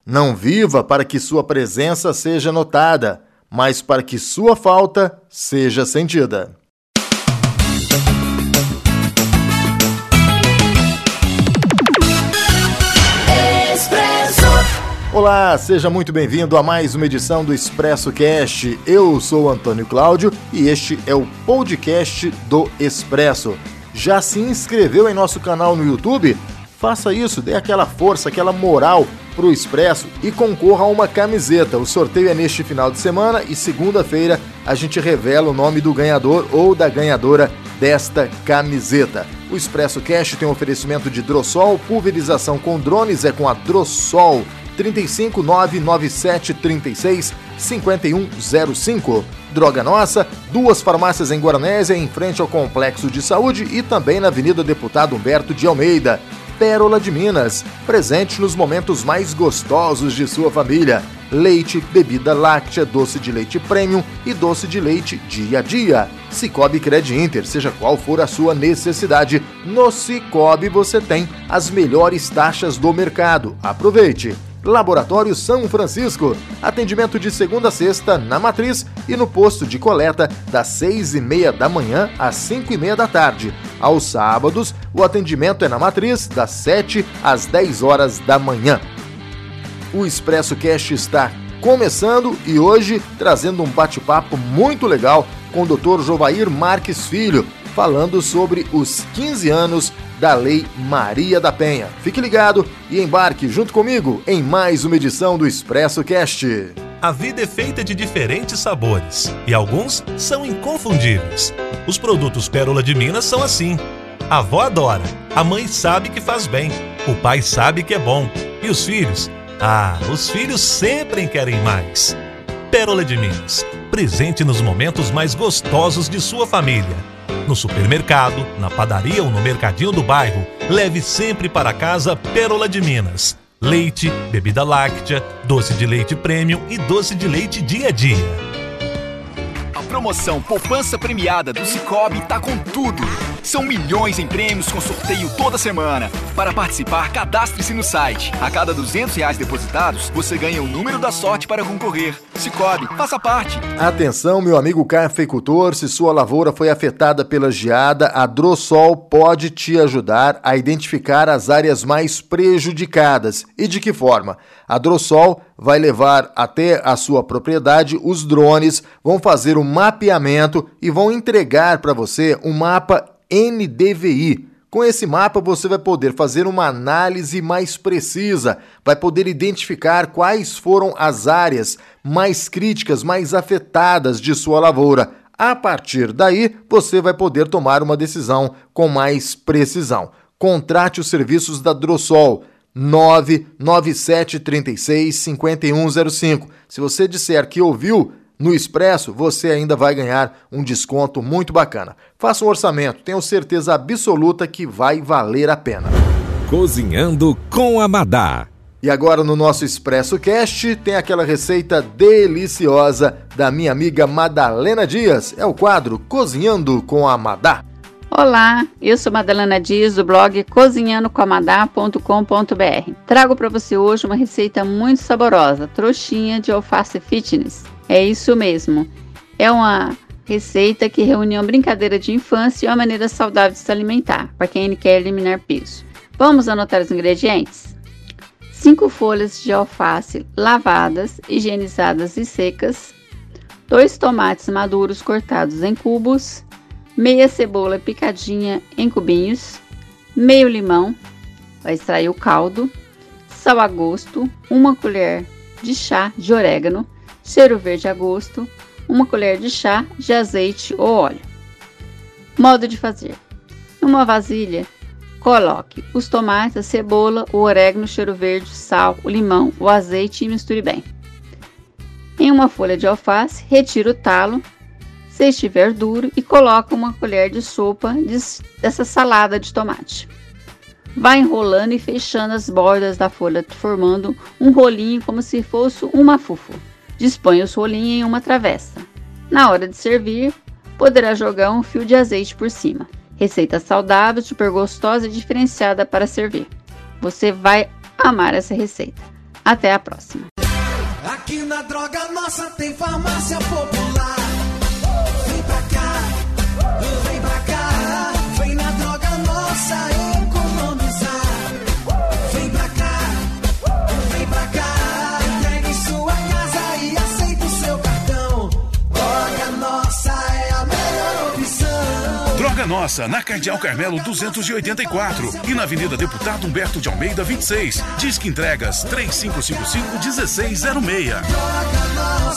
Não viva para que sua presença seja notada, mas para que sua falta seja sentida. Olá, seja muito bem-vindo a mais uma edição do Expresso Cast. Eu sou o Antônio Cláudio e este é o podcast do Expresso. Já se inscreveu em nosso canal no YouTube? Faça isso, dê aquela força, aquela moral pro Expresso e concorra a uma camiseta. O sorteio é neste final de semana e segunda-feira a gente revela o nome do ganhador ou da ganhadora desta camiseta. O Expresso Cast tem um oferecimento de Drossol, pulverização com drones é com a Drossol. 35997365105. Droga Nossa, 2 farmácias em Guaranésia, em frente ao Complexo de Saúde e também na Avenida Deputado Humberto de Almeida. Pérola de Minas, presente nos momentos mais gostosos de sua família. Leite, bebida láctea, doce de leite premium e doce de leite dia a dia. Cicobi Cred Inter, seja qual for a sua necessidade, no Cicobi você tem as melhores taxas do mercado. Aproveite! Laboratório São Francisco, atendimento de segunda a sexta na Matriz e no posto de coleta das 6h30 da manhã às 5h30 da tarde. Aos sábados, o atendimento é na Matriz das 7 às 10 horas da manhã. O Expresso Cast está começando e hoje trazendo um bate-papo muito legal com o Dr. Jovair Marques Filho, falando sobre os 15 anos da Lei Maria da Penha. Fique ligado e embarque junto comigo em mais uma edição do Expresso Cast. A vida é feita de diferentes sabores e alguns são inconfundíveis. Os produtos Pérola de Minas são assim. A avó adora, a mãe sabe que faz bem, o pai sabe que é bom e os filhos? Os filhos sempre querem mais. Pérola de Minas, presente nos momentos mais gostosos de sua família. No supermercado, na padaria ou no mercadinho do bairro, leve sempre para casa Pérola de Minas. Leite, bebida láctea, doce de leite premium e doce de leite dia a dia. A promoção Poupança Premiada do Cicobi tá com tudo. São milhões em prêmios com sorteio toda semana. Para participar, cadastre-se no site. A cada R$200 depositados, você ganha o número da sorte para concorrer. Cicobi, faça parte. Atenção, meu amigo cafeicultor, se sua lavoura foi afetada pela geada, a Drossol pode te ajudar a identificar as áreas mais prejudicadas. E de que forma? A Drossol vai levar até a sua propriedade os drones, vão fazer um mapeamento e vão entregar para você um mapa NDVI. Com esse mapa você vai poder fazer uma análise mais precisa, vai poder identificar quais foram as áreas mais críticas, mais afetadas de sua lavoura. A partir daí, você vai poder tomar uma decisão com mais precisão. Contrate os serviços da Drossol. 997365105. Se você disser que ouviu no Expresso, você ainda vai ganhar um desconto muito bacana. Faça um orçamento, tenho certeza absoluta que vai valer a pena. Cozinhando com a Madá. E agora no nosso Expresso Cast tem aquela receita deliciosa da minha amiga Madalena Dias. É o quadro Cozinhando com a Madá. Olá, eu sou Madalena Dias do blog cozinhandocomadá.com.br. Trago para você hoje uma receita muito saborosa, trouxinha de alface fitness. É isso mesmo, é uma receita que reúne uma brincadeira de infância e uma maneira saudável de se alimentar, para quem quer eliminar peso. Vamos anotar os ingredientes? 5 folhas de alface lavadas, higienizadas e secas, 2 tomates maduros cortados em cubos, meia cebola picadinha em cubinhos, meio limão, vai extrair o caldo, sal a gosto, 1 colher de chá de orégano, cheiro verde a gosto, 1 colher de chá de azeite ou óleo. Modo de fazer: numa vasilha, coloque os tomates, a cebola, o orégano, o cheiro verde, o sal, o limão, o azeite e misture bem. Em uma folha de alface, retire o talo, se estiver duro, e coloque 1 colher de sopa dessa salada de tomate. Vá enrolando e fechando as bordas da folha, formando um rolinho como se fosse uma fufu. Disponha os rolinhos em uma travessa. Na hora de servir, poderá jogar um fio de azeite por cima. Receita saudável, super gostosa e diferenciada para servir. Você vai amar essa receita. Até a próxima. Aqui na Droga Nossa tem farmácia popular. Vem pra cá, vem pra cá. Vem na Droga Nossa economizar. Vem pra cá, vem pra cá. Entregue em sua casa e aceita o seu cartão. Droga Nossa é a melhor opção. Droga Nossa, na Cardeal Carmelo 284 e na Avenida Deputado Humberto de Almeida 26. Disque entregas 3555-1606. Droga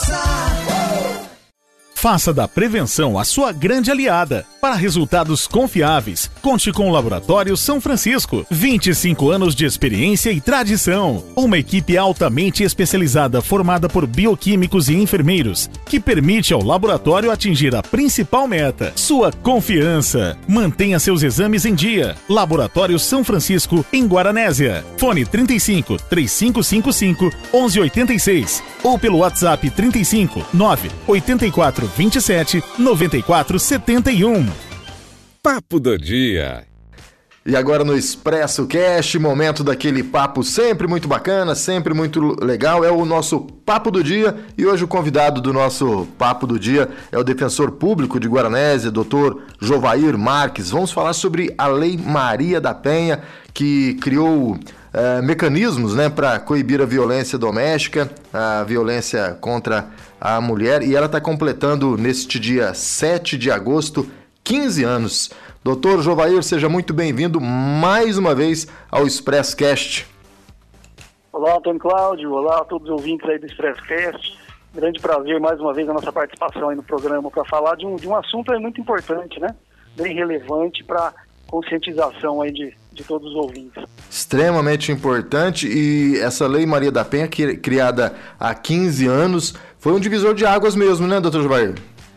Nossa. Faça da prevenção a sua grande aliada. Para resultados confiáveis, conte com o Laboratório São Francisco. 25 anos de experiência e tradição. Uma equipe altamente especializada formada por bioquímicos e enfermeiros, que permite ao laboratório atingir a principal meta, sua confiança. Mantenha seus exames em dia. Laboratório São Francisco, em Guaranésia. Fone 35 3555 1186 ou pelo WhatsApp 35 984 27 94 71. Papo do Dia. E agora no Expresso Cast, momento daquele papo sempre muito bacana, sempre muito legal, é o nosso Papo do Dia. E hoje o convidado do nosso Papo do Dia é o defensor público de Guaranésia, Dr. Jovair Marques. Vamos falar sobre a Lei Maria da Penha, que criou mecanismos, né, para coibir a violência doméstica, a violência contra a mulher, e ela está completando neste dia 7 de agosto 15 anos. Doutor Jovair, seja muito bem-vindo mais uma vez ao Expresscast. Olá, Antônio Cláudio, olá a todos os ouvintes aí do Expresscast. Grande prazer mais uma vez a nossa participação aí no programa para falar de um assunto aí muito importante, né? Bem relevante para conscientização aí de todos os ouvintes. Extremamente importante, e essa Lei Maria da Penha, criada há 15 anos, foi um divisor de águas mesmo, né, doutor Jovair?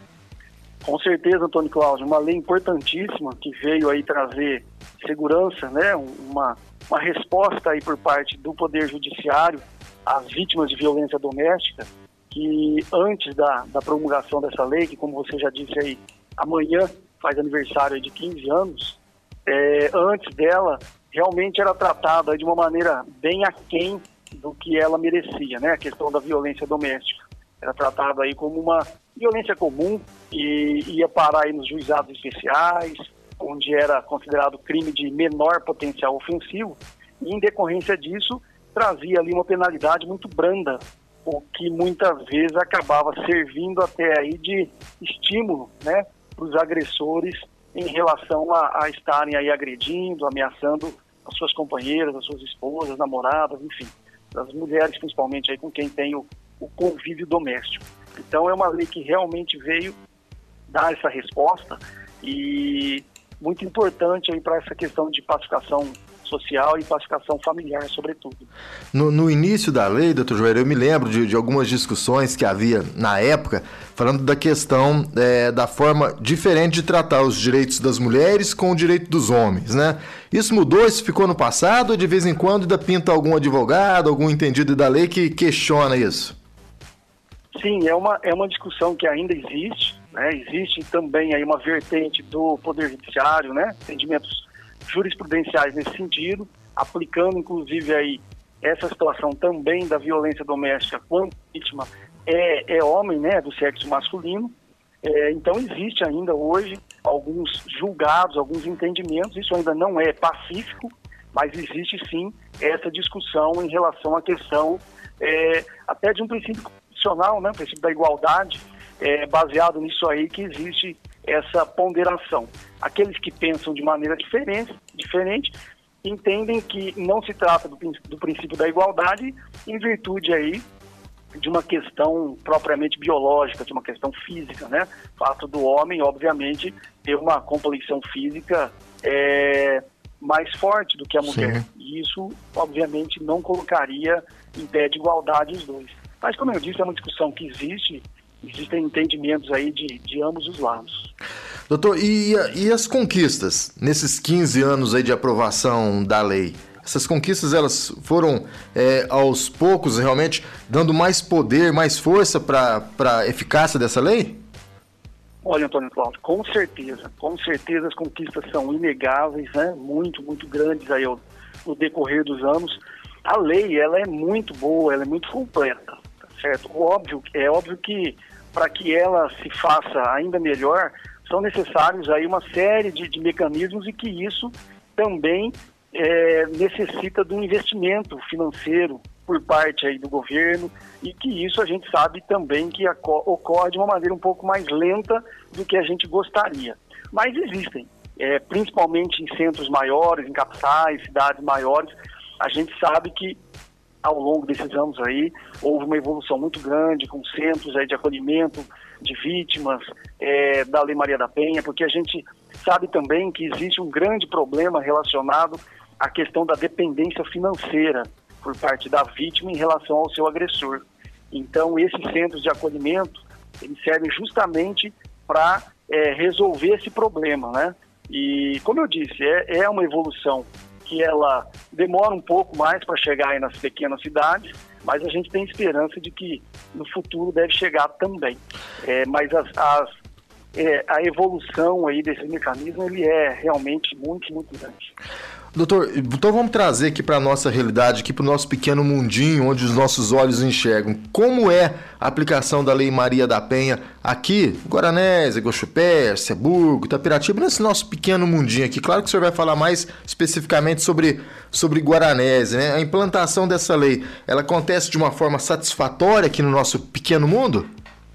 Com certeza, Antônio Cláudio, uma lei importantíssima que veio aí trazer segurança, né, uma resposta aí por parte do Poder Judiciário às vítimas de violência doméstica, que antes da promulgação dessa lei, que como você já disse aí, amanhã faz aniversário de 15 anos, antes dela, realmente era tratada de uma maneira bem aquém do que ela merecia, né? A questão da violência doméstica. Era tratada aí como uma violência comum e ia parar aí nos juizados especiais, onde era considerado crime de menor potencial ofensivo, e em decorrência disso, trazia ali uma penalidade muito branda, o que muitas vezes acabava servindo até aí de estímulo, né, para os agressores em relação a estarem aí agredindo, ameaçando as suas companheiras, as suas esposas, namoradas, enfim, as mulheres principalmente aí com quem tem o convívio doméstico. Então é uma lei que realmente veio dar essa resposta e muito importante aí para essa questão de pacificação social e pacificação familiar, sobretudo. No início da lei, doutor Jovair, eu me lembro de algumas discussões que havia na época, falando da questão da forma diferente de tratar os direitos das mulheres com o direito dos homens, né? Isso mudou, isso ficou no passado, ou de vez em quando ainda pinta algum advogado, algum entendido da lei que questiona isso? Sim, é uma discussão que ainda existe, né? Existe também aí uma vertente do Poder Judiciário, né? Entendimentos jurisprudenciais nesse sentido, aplicando inclusive aí essa situação também da violência doméstica quando a vítima é homem, né, do sexo masculino. Então existe ainda hoje alguns julgados, alguns entendimentos, isso ainda não é pacífico, mas existe sim essa discussão em relação à questão até de um princípio constitucional, né, o princípio da igualdade, baseado nisso aí que existe essa ponderação. Aqueles que pensam de maneira diferente entendem que não se trata do princípio da igualdade em virtude aí de uma questão propriamente biológica, de uma questão física, né? O fato do homem, obviamente, ter uma complexão física mais forte do que a mulher. Sim. E isso, obviamente, não colocaria em pé de igualdade os dois. Mas, como eu disse, é uma discussão que existem entendimentos aí de ambos os lados. Doutor, e as conquistas nesses 15 anos aí de aprovação da lei? Essas conquistas, elas foram aos poucos realmente dando mais poder, mais força para a eficácia dessa lei? Olha, Antônio Cláudio, com certeza as conquistas são inegáveis, né? Muito, muito grandes aí no decorrer dos anos. A lei, ela é muito boa, ela é muito completa, tá certo? É óbvio que para que ela se faça ainda melhor, são necessários aí uma série de mecanismos e que isso também necessita de um investimento financeiro por parte aí do governo e que isso a gente sabe também que ocorre de uma maneira um pouco mais lenta do que a gente gostaria. Mas existem, principalmente em centros maiores, em capitais, cidades maiores, a gente sabe que ao longo desses anos aí houve uma evolução muito grande com centros aí de acolhimento de vítimas da Lei Maria da Penha, porque a gente sabe também que existe um grande problema relacionado à questão da dependência financeira por parte da vítima em relação ao seu agressor. Então, esses centros de acolhimento, eles servem justamente para resolver esse problema, né? E, como eu disse, é uma evolução que ela demora um pouco mais para chegar aí nas pequenas cidades, mas a gente tem esperança de que no futuro deve chegar também. Mas a evolução aí desse mecanismo, ele é realmente muito, muito grande. Doutor, então vamos trazer aqui para a nossa realidade, aqui para o nosso pequeno mundinho, onde os nossos olhos enxergam. Como é a aplicação da Lei Maria da Penha aqui, Guaranésia, Guaxupé, Ceburgo, Itapiratiba, nesse nosso pequeno mundinho aqui? Claro que o senhor vai falar mais especificamente sobre Guaranésia, né? A implantação dessa lei, ela acontece de uma forma satisfatória aqui no nosso pequeno mundo?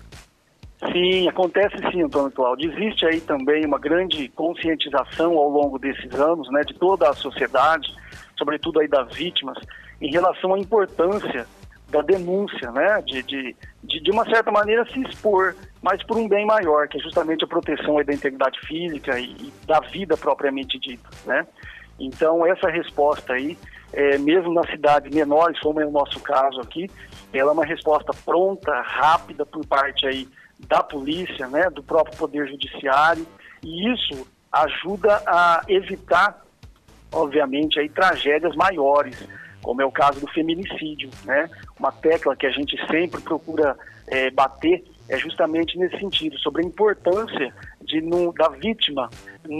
Sim, acontece sim, Antônio Cláudio. Existe aí também uma grande conscientização ao longo desses anos, né, de toda a sociedade, sobretudo aí das vítimas, em relação à importância da denúncia, né, de uma certa maneira se expor, mas por um bem maior, que é justamente a proteção aí da integridade física e da vida propriamente dita, né. Então, essa resposta aí, mesmo nas cidades menores, como é o nosso caso aqui, ela é uma resposta pronta, rápida por parte aí da polícia, né, do próprio Poder Judiciário, e isso ajuda a evitar, obviamente, aí, tragédias maiores, como é o caso do feminicídio, né? Uma tecla que a gente sempre procura bater é justamente nesse sentido, sobre a importância da vítima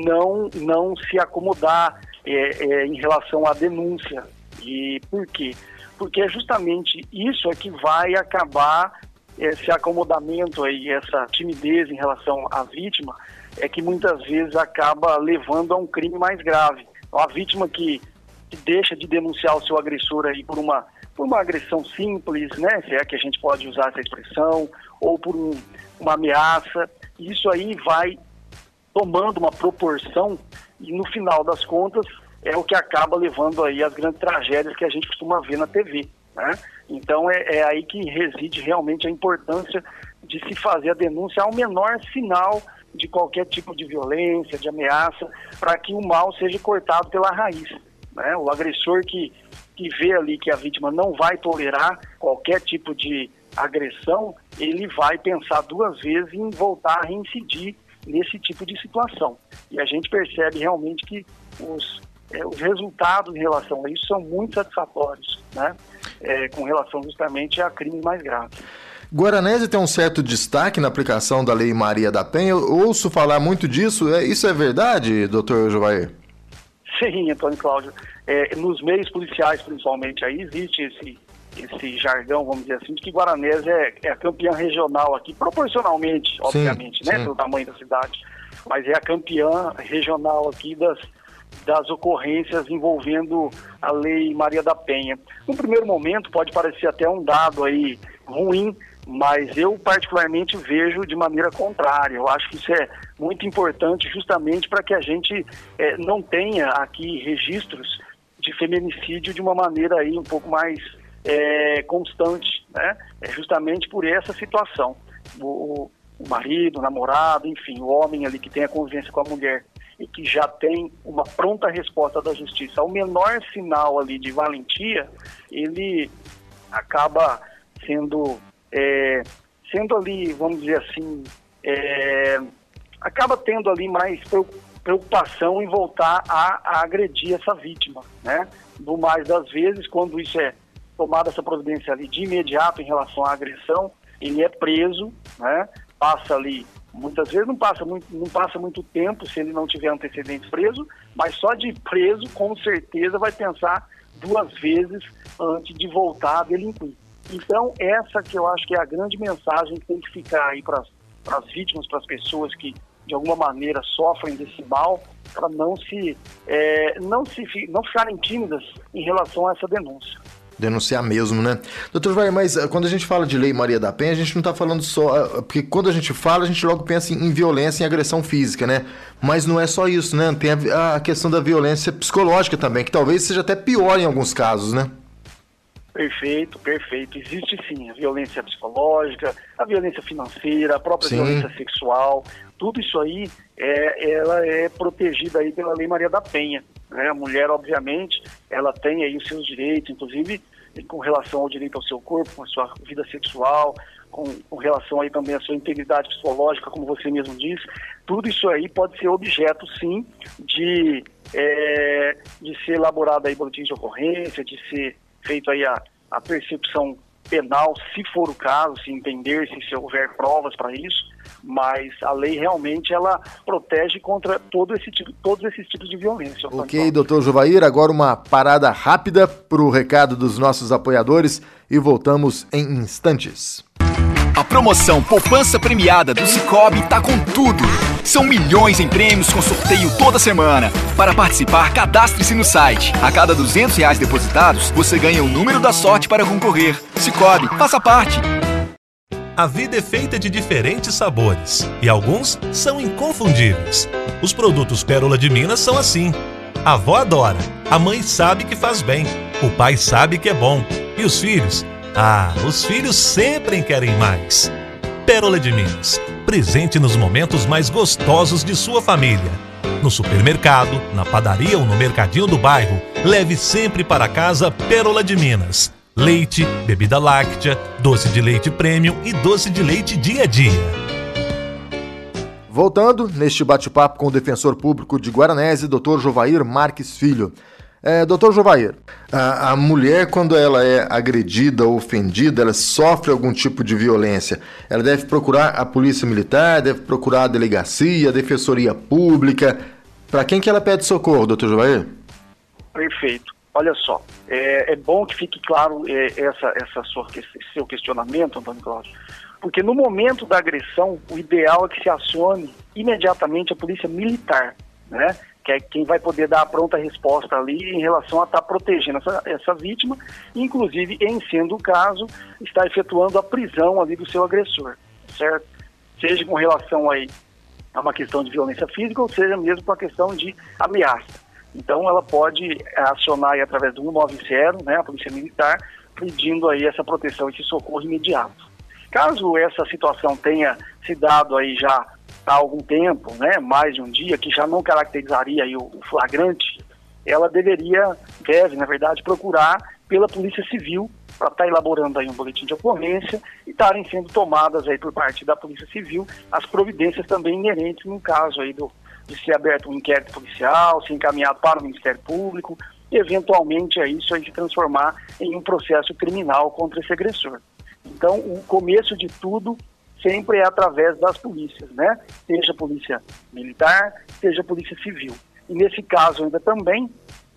não se acomodar em relação à denúncia. E por quê? Porque é justamente isso que vai acabar esse acomodamento aí, essa timidez em relação à vítima, é que muitas vezes acaba levando a um crime mais grave. Então, a vítima que deixa de denunciar o seu agressor aí por uma agressão simples, né, se é que a gente pode usar essa expressão, ou por uma ameaça, isso aí vai tomando uma proporção e no final das contas é o que acaba levando aí às grandes tragédias que a gente costuma ver na TV, né? Então é aí que reside realmente a importância de se fazer a denúncia ao menor sinal de qualquer tipo de violência, de ameaça, para que o mal seja cortado pela raiz, né? O agressor que vê ali que a vítima não vai tolerar qualquer tipo de agressão, ele vai pensar duas vezes em voltar a reincidir nesse tipo de situação. E a gente percebe realmente que os resultados em relação a isso são muito satisfatórios, né? Com relação justamente a crimes mais graves. Guaranésia tem um certo destaque na aplicação da Lei Maria da Penha. Eu ouço falar muito disso. Isso é verdade, doutor Jovair? Sim, Antônio Cláudio. Nos meios policiais, principalmente, aí existe esse jargão, vamos dizer assim, de que Guaranésia é a campeã regional aqui, proporcionalmente, obviamente, sim, né, pelo tamanho da cidade, mas é a campeã regional aqui das ocorrências envolvendo a Lei Maria da Penha. No primeiro momento pode parecer até um dado aí ruim, mas eu particularmente vejo de maneira contrária. Eu acho que isso é muito importante justamente para que a gente não tenha aqui registros de feminicídio de uma maneira aí um pouco mais constante, né? Justamente por essa situação. O marido, o namorado, enfim, o homem ali que tem a convivência com a mulher e que já tem uma pronta resposta da justiça, ao menor sinal ali de valentia, ele acaba sendo ali, vamos dizer assim, acaba tendo ali mais preocupação em voltar a agredir essa vítima, né? Do mais das vezes, quando isso é tomada essa providência ali de imediato em relação à agressão, ele é preso, né? Passa ali, muitas vezes não passa muito tempo se ele não tiver antecedentes preso, mas só de preso, com certeza vai pensar 2 vezes antes de voltar a delinquir. Então, essa que eu acho que é a grande mensagem que tem que ficar aí para as vítimas, para as pessoas que de alguma maneira sofrem desse mal, para não ficarem tímidas em relação a essa denúncia. Denunciar mesmo, né? Doutor Jovair, mas quando a gente fala de Lei Maria da Penha, a gente não está falando só... Porque quando a gente fala, a gente logo pensa em violência e agressão física, né? Mas não é só isso, né? Tem a questão da violência psicológica também, que talvez seja até pior em alguns casos, né? Perfeito. Existe sim a violência psicológica, a violência financeira, a própria violência sexual. Tudo isso aí, ela é protegida aí pela Lei Maria da Penha, né? A mulher, obviamente, ela tem aí os seus direitos, inclusive com relação ao direito ao seu corpo, com a sua vida sexual, com relação aí também à sua integridade psicológica, como você mesmo disse. Tudo isso aí pode ser objeto, sim, de ser elaborado aí boletim de ocorrência, de ser feito aí a percepção penal, se for o caso, se entender, se houver provas para isso, mas a lei realmente ela protege contra todos esses tipos de violência. Ok, doutor Jovair, agora uma parada rápida para o recado dos nossos apoiadores e voltamos em instantes. A promoção Poupança Premiada do Sicoob tá com tudo. São milhões em prêmios com sorteio toda semana. Para participar, cadastre-se no site. A cada R$200 depositados, você ganha o número da sorte para concorrer. Sicoob, faça parte. A vida é feita de diferentes sabores e alguns são inconfundíveis. Os produtos Pérola de Minas são assim. A avó adora, a mãe sabe que faz bem, o pai sabe que é bom. E os filhos? Os filhos sempre querem mais. Pérola de Minas, presente nos momentos mais gostosos de sua família. No supermercado, na padaria ou no mercadinho do bairro, leve sempre para casa Pérola de Minas. Leite, bebida láctea, doce de leite premium e doce de leite dia a dia. Voltando neste bate-papo com o defensor público de Guaranese, Dr. Jovair Marques Filho. Doutor Jovair, a mulher, quando ela é agredida ou ofendida, ela sofre algum tipo de violência, ela deve procurar a polícia militar, deve procurar a delegacia, a defensoria pública. Para quem que ela pede socorro, doutor Jovair? Perfeito. Olha só, é bom que fique claro esse seu questionamento, Antônio Cláudio, porque no momento da agressão, o ideal é que se acione imediatamente a polícia militar, né? Que é quem vai poder dar a pronta resposta ali em relação a estar protegendo essa vítima, inclusive, em sendo o caso, está efetuando a prisão ali do seu agressor, certo? Seja com relação aí a uma questão de violência física, ou seja mesmo com a questão de ameaça. Então, ela pode acionar aí através do 190, né, a Polícia Militar, pedindo aí essa proteção, esse socorro imediato. Caso essa situação tenha se dado aí já há algum tempo, né, mais de um dia, que já não caracterizaria aí o flagrante, ela deve, na verdade, procurar pela Polícia Civil para estar elaborando aí um boletim de ocorrência e estarem sendo tomadas aí por parte da Polícia Civil as providências também inerentes no caso aí de ser aberto um inquérito policial, ser encaminhado para o Ministério Público e eventualmente isso aí se transformar em um processo criminal contra esse agressor. Então, o começo de tudo sempre é através das polícias, né? Seja a Polícia Militar, seja a Polícia Civil. E nesse caso ainda também,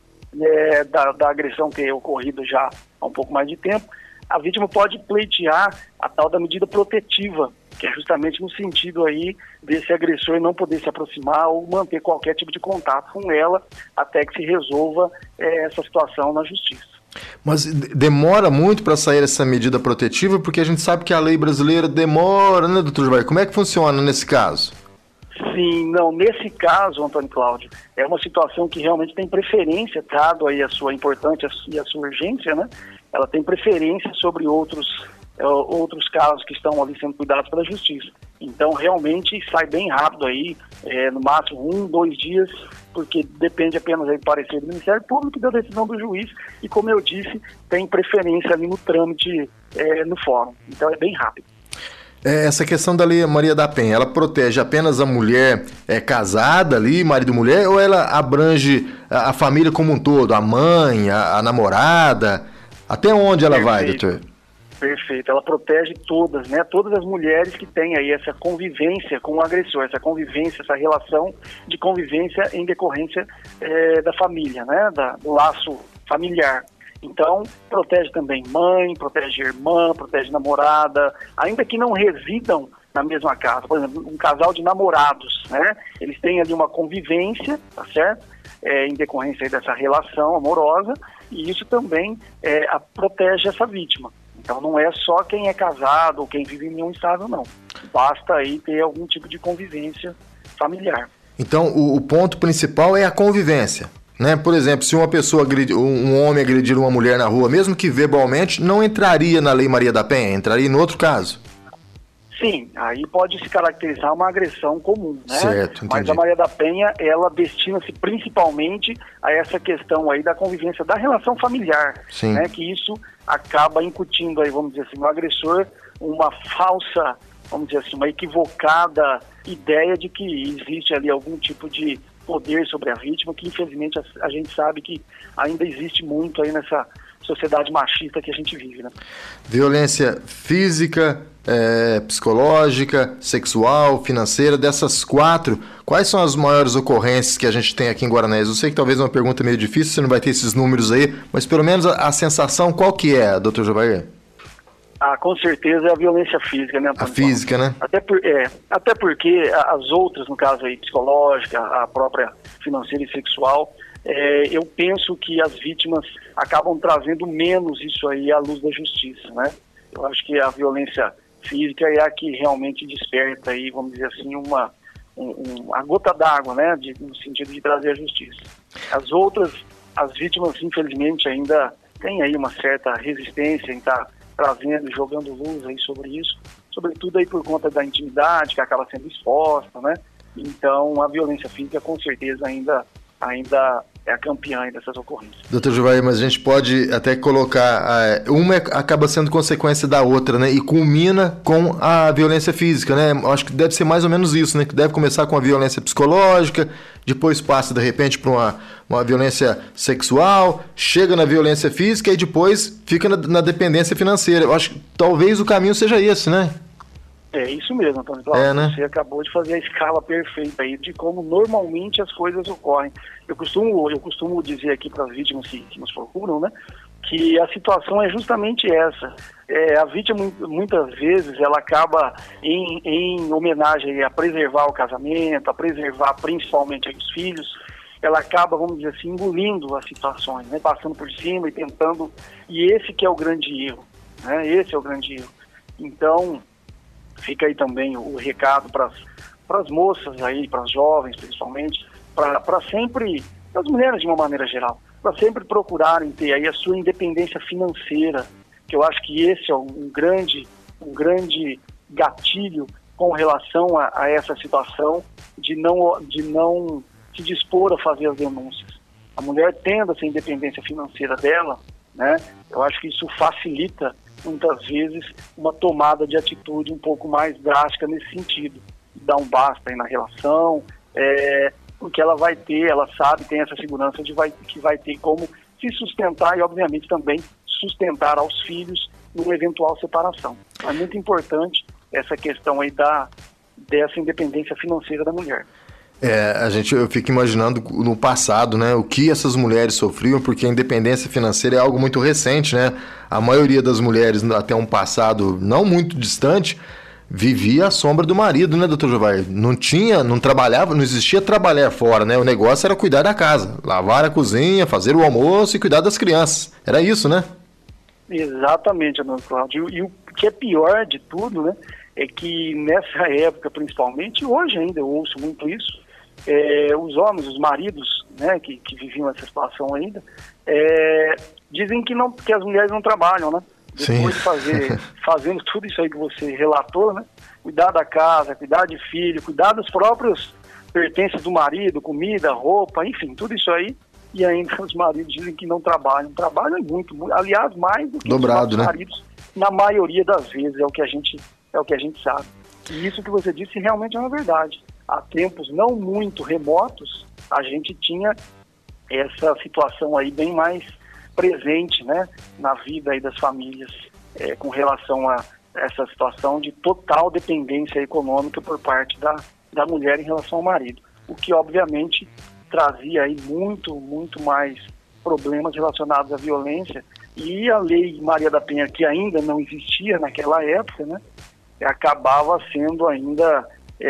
da agressão que é ocorrida já há um pouco mais de tempo, a vítima pode pleitear a tal da medida protetiva, que é justamente no sentido aí desse agressor não poder se aproximar ou manter qualquer tipo de contato com ela até que se resolva essa situação na justiça. Mas demora muito para sair essa medida protetiva, porque a gente sabe que a lei brasileira demora, né, doutor Jovair? Como é que funciona nesse caso? Sim, não, nesse caso, Antônio Cláudio, é uma situação que realmente tem preferência, dado aí a sua importância e a sua urgência, né? Ela tem preferência sobre outros casos que estão ali sendo cuidados pela justiça. Então, realmente, sai bem rápido aí, no máximo 1, 2 dias, porque depende apenas aí do parecer do Ministério Público e da decisão do juiz, e como eu disse, tem preferência ali no trâmite no fórum. Então, é bem rápido. Essa questão da Lei Maria da Penha, ela protege apenas a mulher casada ali, marido e mulher, ou ela abrange a família como um todo, a mãe, a namorada? Até onde ela vai, doutor? Perfeito, ela protege todas, né? Todas as mulheres que têm aí essa convivência com o agressor, essa convivência, essa relação de convivência em decorrência da família, né? Do laço familiar. Então, protege também mãe, protege irmã, protege namorada, ainda que não residam na mesma casa. Por exemplo, um casal de namorados, né? Eles têm ali uma convivência, tá certo? Em decorrência aí dessa relação amorosa, e isso também protege essa vítima. Então, não é só quem é casado ou quem vive em união estável, não. Basta aí ter algum tipo de convivência familiar. Então, o ponto principal é a convivência, né? Por exemplo, se uma pessoa um homem agredir uma mulher na rua, mesmo que verbalmente, não entraria na Lei Maria da Penha, entraria em outro caso. Sim, aí pode se caracterizar uma agressão comum, né? Certo, entendi. Mas a Maria da Penha, ela destina-se principalmente a essa questão aí da convivência, da relação familiar, Sim. né? Que isso acaba incutindo aí, vamos dizer assim, no agressor uma falsa, vamos dizer assim, uma equivocada ideia de que existe ali algum tipo de poder sobre a vítima, que infelizmente a gente sabe que ainda existe muito aí nessa sociedade machista que a gente vive, né? Violência física, psicológica, sexual, financeira, dessas 4, quais são as maiores ocorrências que a gente tem aqui em Guaranésia? Eu sei que talvez é uma pergunta meio difícil, você não vai ter esses números aí, mas pelo menos a sensação qual que é, Dr. Jovair? Com certeza é a violência física, né, Antônio? A física, né? Até porque as outras, no caso aí, psicológica, a própria financeira e sexual, eu penso que as vítimas acabam trazendo menos isso aí à luz da justiça, né? Eu acho que a violência física é a que realmente desperta aí, vamos dizer assim, a gota d'água, né? No sentido de trazer a justiça. As outras, as vítimas, infelizmente, ainda têm aí uma certa resistência em estar trazendo, jogando luz aí sobre isso, sobretudo aí por conta da intimidade que acaba sendo exposta, né? Então, a violência física, com certeza, ainda é a campeã dessas ocorrências. Doutor Jovair, mas a gente pode até colocar, uma acaba sendo consequência da outra, né? E culmina com a violência física, né? Eu acho que deve ser mais ou menos isso, né? Que deve começar com a violência psicológica, depois passa, de repente, para uma violência sexual, chega na violência física e depois fica na dependência financeira. Eu acho que talvez o caminho seja esse, né? É isso mesmo, Antônio Cláudio. Né? Você acabou de fazer a escala perfeita aí de como normalmente as coisas ocorrem. Eu costumo dizer aqui para as vítimas que nos procuram, né, que a situação é justamente essa. A vítima, muitas vezes, ela acaba em homenagem a preservar o casamento, a preservar principalmente os filhos, ela acaba, vamos dizer assim, engolindo as situações, né, passando por cima e tentando, e esse que é o grande erro, né, esse é o grande erro. Então, fica aí também o recado para as moças aí, para as jovens principalmente, para sempre, para as mulheres de uma maneira geral, para sempre procurarem ter aí a sua independência financeira, que eu acho que esse é um grande gatilho com relação a essa situação de não se dispor a fazer as denúncias. A mulher tendo essa independência financeira dela, né, eu acho que isso facilita muitas vezes uma tomada de atitude um pouco mais drástica nesse sentido, dar um basta aí na relação, porque ela vai ter, ela sabe, tem essa segurança que vai ter como se sustentar e obviamente também sustentar aos filhos numa eventual separação. É muito importante essa questão aí dessa independência financeira da mulher. Eu fico imaginando no passado, né, o que essas mulheres sofriam, porque a independência financeira é algo muito recente, né? A maioria das mulheres, até um passado não muito distante, vivia à sombra do marido, né, doutor Jovair? Não trabalhava, não existia trabalhar fora, né? O negócio era cuidar da casa, lavar a cozinha, fazer o almoço e cuidar das crianças. Era isso, né? Exatamente, Antônio Cláudio. E o que é pior de tudo, né, é que nessa época, principalmente, hoje ainda eu ouço muito isso, os homens, os maridos, né, que viviam essa situação ainda, dizem que as mulheres não trabalham, né? Depois de fazendo tudo isso aí que você relatou, né? Cuidar da casa, cuidar de filho, cuidar dos próprios pertences do marido, comida, roupa, enfim, tudo isso aí. E ainda os maridos dizem que não trabalham. Trabalham muito, aliás, mais do que dobrado, os maridos, na maioria das vezes, é o que a gente sabe. E isso que você disse realmente é uma verdade. Há tempos não muito remotos, a gente tinha essa situação aí bem mais presente, né, na vida aí das famílias, com relação a essa situação de total dependência econômica por parte da mulher em relação ao marido. O que, obviamente, trazia aí muito mais problemas relacionados à violência, e a Lei Maria da Penha, que ainda não existia naquela época, né, acabava sendo ainda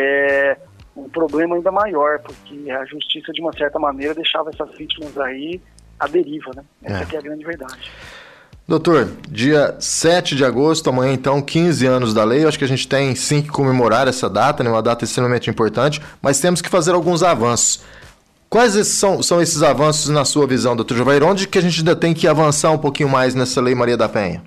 um problema ainda maior, porque a justiça, de uma certa maneira, deixava essas vítimas aí à deriva, né? Essa aqui é a grande verdade. Doutor, dia 7 de agosto, amanhã então, 15 anos da lei, eu acho que a gente tem sim que comemorar essa data, né? Uma data extremamente importante, mas temos que fazer alguns avanços. Quais são esses avanços na sua visão, doutor Jovair? Onde que a gente ainda tem que avançar um pouquinho mais nessa Lei Maria da Penha?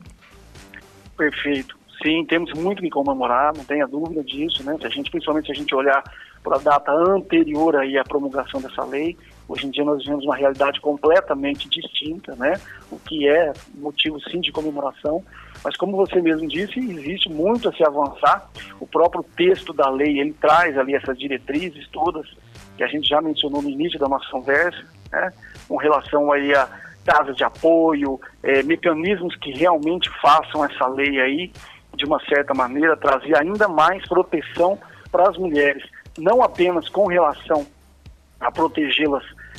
Perfeito. Sim, temos muito que comemorar, não tenha dúvida disso, né? Principalmente se a gente olhar para a data anterior aí à promulgação dessa lei, hoje em dia nós vivemos uma realidade completamente distinta, né? O que é motivo sim de comemoração, mas como você mesmo disse, existe muito a se avançar. O próprio texto da lei, ele traz ali essas diretrizes todas que a gente já mencionou no início da nossa conversa, né? Com relação aí a casas de apoio, mecanismos que realmente façam essa lei aí, de uma certa maneira, trazer ainda mais proteção para as mulheres, não apenas com relação a protegê-las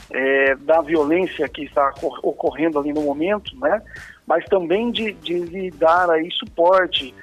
da violência que está ocorrendo ali no momento, né? Mas também de dar aí suporte,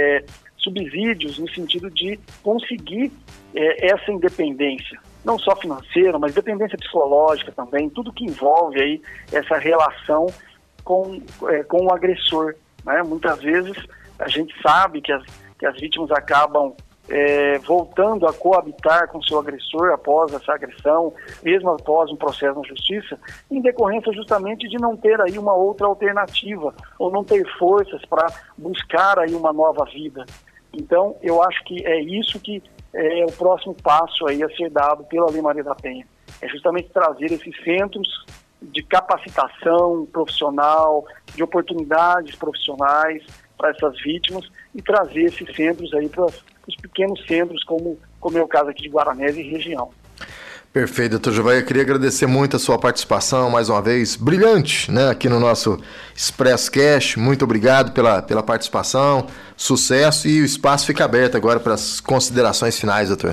subsídios no sentido de conseguir essa independência, não só financeira, mas dependência psicológica também, tudo que envolve aí essa relação com o agressor, né? Muitas vezes a gente sabe que as vítimas acabam voltando a coabitar com seu agressor após essa agressão, mesmo após um processo na justiça, em decorrência justamente de não ter aí uma outra alternativa, ou não ter forças para buscar aí uma nova vida. Então, eu acho que é isso que é o próximo passo aí a ser dado pela Lei Maria da Penha. É justamente trazer esses centros de capacitação profissional, de oportunidades profissionais para essas vítimas, e trazer esses centros aí para os pequenos centros, como é o caso aqui de Guaranésia e região. Perfeito, doutor Jovair. Eu queria agradecer muito a sua participação, mais uma vez, brilhante, né, aqui no nosso Expresso Cast. Muito obrigado pela participação, sucesso, e o espaço fica aberto agora para as considerações finais, doutor.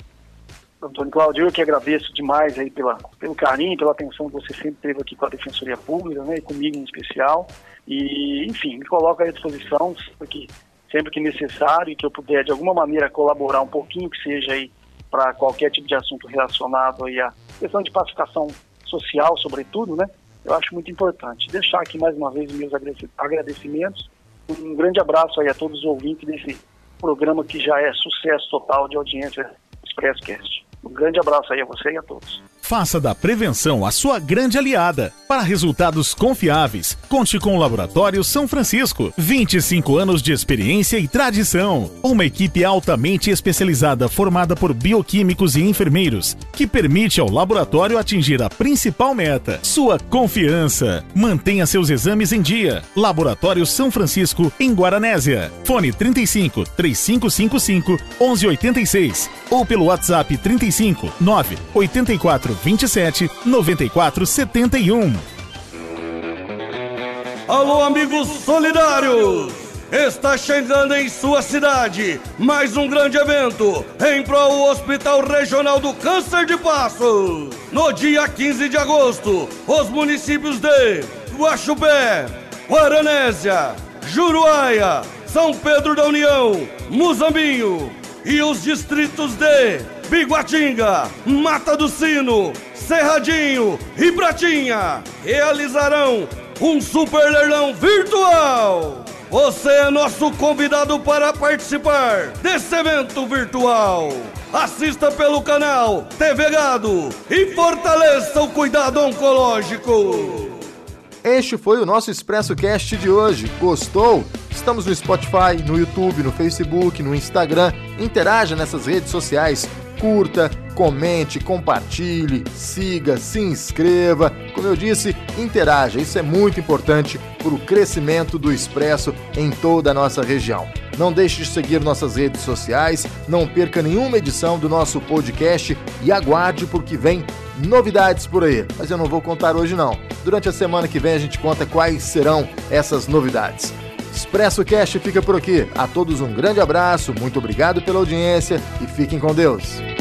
Antônio Cláudio, eu que agradeço demais aí pelo carinho, pela atenção que você sempre teve aqui com a Defensoria Pública, né, e comigo em especial. E, enfim, me coloco à disposição sempre que necessário, e que eu puder de alguma maneira colaborar um pouquinho, que seja aí para qualquer tipo de assunto relacionado aí à questão de pacificação social, sobretudo, né? Eu acho muito importante. Deixar aqui mais uma vez meus agradecimentos. Um grande abraço aí a todos os ouvintes desse programa que já é sucesso total de audiência Expresso Cast. Um grande abraço aí a você e a todos. Faça da prevenção a sua grande aliada. Para resultados confiáveis, conte com o Laboratório São Francisco. 25 anos de experiência e tradição. Uma equipe altamente especializada formada por bioquímicos e enfermeiros, que permite ao laboratório atingir a principal meta: sua confiança. Mantenha seus exames em dia. Laboratório São Francisco, em Guaranésia. Fone 35 3555 1186 ou pelo WhatsApp 35 984 27 94 71. Alô, amigos solidários! Está chegando em sua cidade mais um grande evento em prol do Hospital Regional do Câncer de Passos. No dia 15 de agosto, os municípios de Guaxupé, Guaranésia, Juruáia, São Pedro da União, Muzambinho e os distritos de Biguatinga, Mata do Sino, Cerradinho e Pratinha realizarão um super leilão virtual. Você é nosso convidado para participar desse evento virtual. Assista pelo canal TV Gado e fortaleça o cuidado oncológico. Este foi o nosso Expresso Cast de hoje. Gostou? Estamos no Spotify, no YouTube, no Facebook, no Instagram. Interaja nessas redes sociais. Curta, comente, compartilhe, siga, se inscreva. Como eu disse, interaja. Isso é muito importante para o crescimento do Expresso em toda a nossa região. Não deixe de seguir nossas redes sociais, não perca nenhuma edição do nosso podcast e aguarde, porque vem novidades por aí. Mas eu não vou contar hoje não. Durante a semana que vem a gente conta quais serão essas novidades. Expresso Cast fica por aqui. A todos um grande abraço, muito obrigado pela audiência e fiquem com Deus.